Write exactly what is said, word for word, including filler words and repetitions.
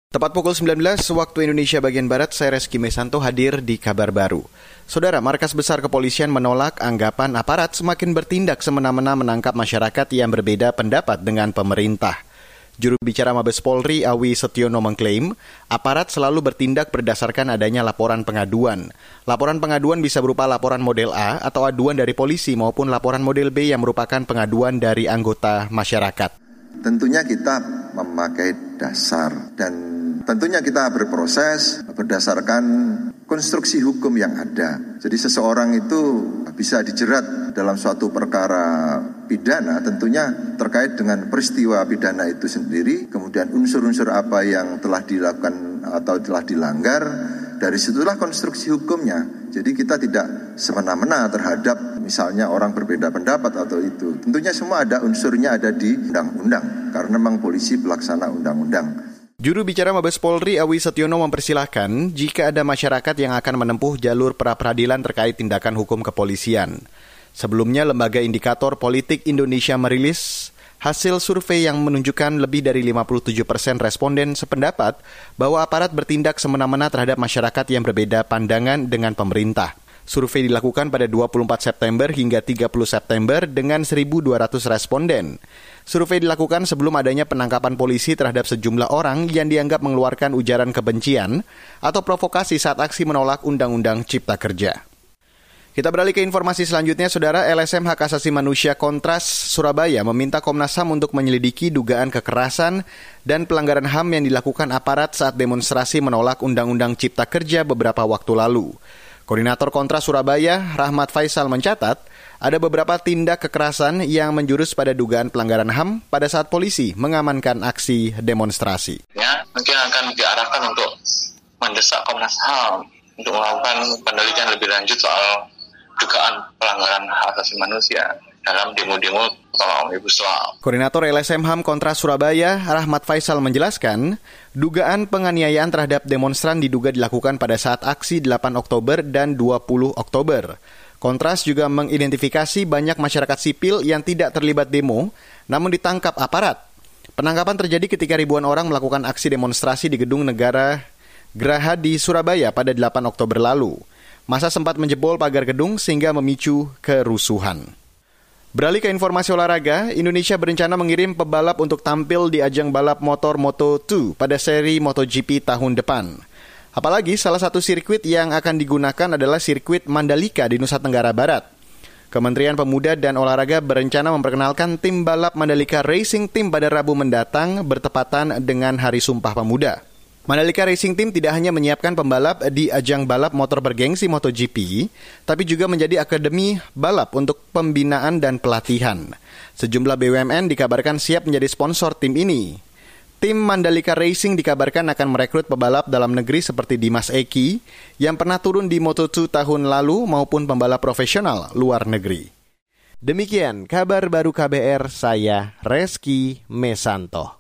Tepat pukul sembilan belas waktu Indonesia bagian Barat, saya Reski Mesanto hadir di Kabar Baru. Saudara, Markas Besar Kepolisian menolak anggapan aparat semakin bertindak semena-mena menangkap masyarakat yang berbeda pendapat dengan pemerintah. Juru bicara Mabes Polri, Awi Setiono, mengklaim aparat selalu bertindak berdasarkan adanya laporan pengaduan. Laporan pengaduan bisa berupa laporan model A atau aduan dari polisi maupun laporan model B yang merupakan pengaduan dari anggota masyarakat. Tentunya kita memakai dasar dan tentunya kita berproses berdasarkan konstruksi hukum yang ada. Jadi seseorang itu bisa dijerat dalam suatu perkara pidana tentunya terkait dengan peristiwa pidana itu sendiri, kemudian unsur-unsur apa yang telah dilakukan atau telah dilanggar, dari situlah konstruksi hukumnya. Jadi kita tidak semena-mena terhadap misalnya orang berbeda pendapat atau itu. Tentunya semua ada unsurnya ada di undang-undang karena memang polisi pelaksana undang-undang. Juru bicara Mabes Polri, Awi Setiono, mempersilahkan jika ada masyarakat yang akan menempuh jalur pra-peradilan terkait tindakan hukum kepolisian. Sebelumnya, Lembaga Indikator Politik Indonesia merilis hasil survei yang menunjukkan lebih dari lima puluh tujuh persen responden sependapat bahwa aparat bertindak semena-mena terhadap masyarakat yang berbeda pandangan dengan pemerintah. Survei dilakukan pada dua puluh empat September hingga tiga puluh September dengan seribu dua ratus responden. Survei dilakukan sebelum adanya penangkapan polisi terhadap sejumlah orang yang dianggap mengeluarkan ujaran kebencian atau provokasi saat aksi menolak Undang-Undang Cipta Kerja. Kita beralih ke informasi selanjutnya, Saudara. L S M Hak Asasi Manusia Kontras Surabaya meminta Komnas H A M untuk menyelidiki dugaan kekerasan dan pelanggaran H A M yang dilakukan aparat saat demonstrasi menolak Undang-Undang Cipta Kerja beberapa waktu lalu. Koordinator Kontras Surabaya, Rahmat Faisal, mencatat ada beberapa tindak kekerasan yang menjurus pada dugaan pelanggaran H A M pada saat polisi mengamankan aksi demonstrasi. Ya, mungkin akan diarahkan untuk mendesak Komnas H A M untuk melakukan penelitian lebih lanjut soal dugaan pelanggaran hak asasi manusia dalam demo-demo tolak Omnibus Law. Koordinator L S M H A M Kontras Surabaya, Rahmat Faisal, menjelaskan, dugaan penganiayaan terhadap demonstran diduga dilakukan pada saat aksi delapan Oktober dan dua puluh Oktober. Kontras juga mengidentifikasi banyak masyarakat sipil yang tidak terlibat demo, namun ditangkap aparat. Penangkapan terjadi ketika ribuan orang melakukan aksi demonstrasi di Gedung Negara Geraha di Surabaya pada delapan Oktober lalu. Massa sempat menjebol pagar gedung sehingga memicu kerusuhan. Beralih ke informasi olahraga, Indonesia berencana mengirim pebalap untuk tampil di ajang balap motor Moto dua pada seri MotoGP tahun depan. Apalagi salah satu sirkuit yang akan digunakan adalah sirkuit Mandalika di Nusa Tenggara Barat. Kementerian Pemuda dan Olahraga berencana memperkenalkan tim balap Mandalika Racing Team pada Rabu mendatang bertepatan dengan Hari Sumpah Pemuda. Mandalika Racing Team tidak hanya menyiapkan pembalap di ajang balap motor bergengsi MotoGP, tapi juga menjadi akademi balap untuk pembinaan dan pelatihan. Sejumlah B U M N dikabarkan siap menjadi sponsor tim ini. Tim Mandalika Racing dikabarkan akan merekrut pebalap dalam negeri seperti Dimas Eki yang pernah turun di Moto dua tahun lalu maupun pembalap profesional luar negeri. Demikian kabar baru K B R, saya Reski Mesanto.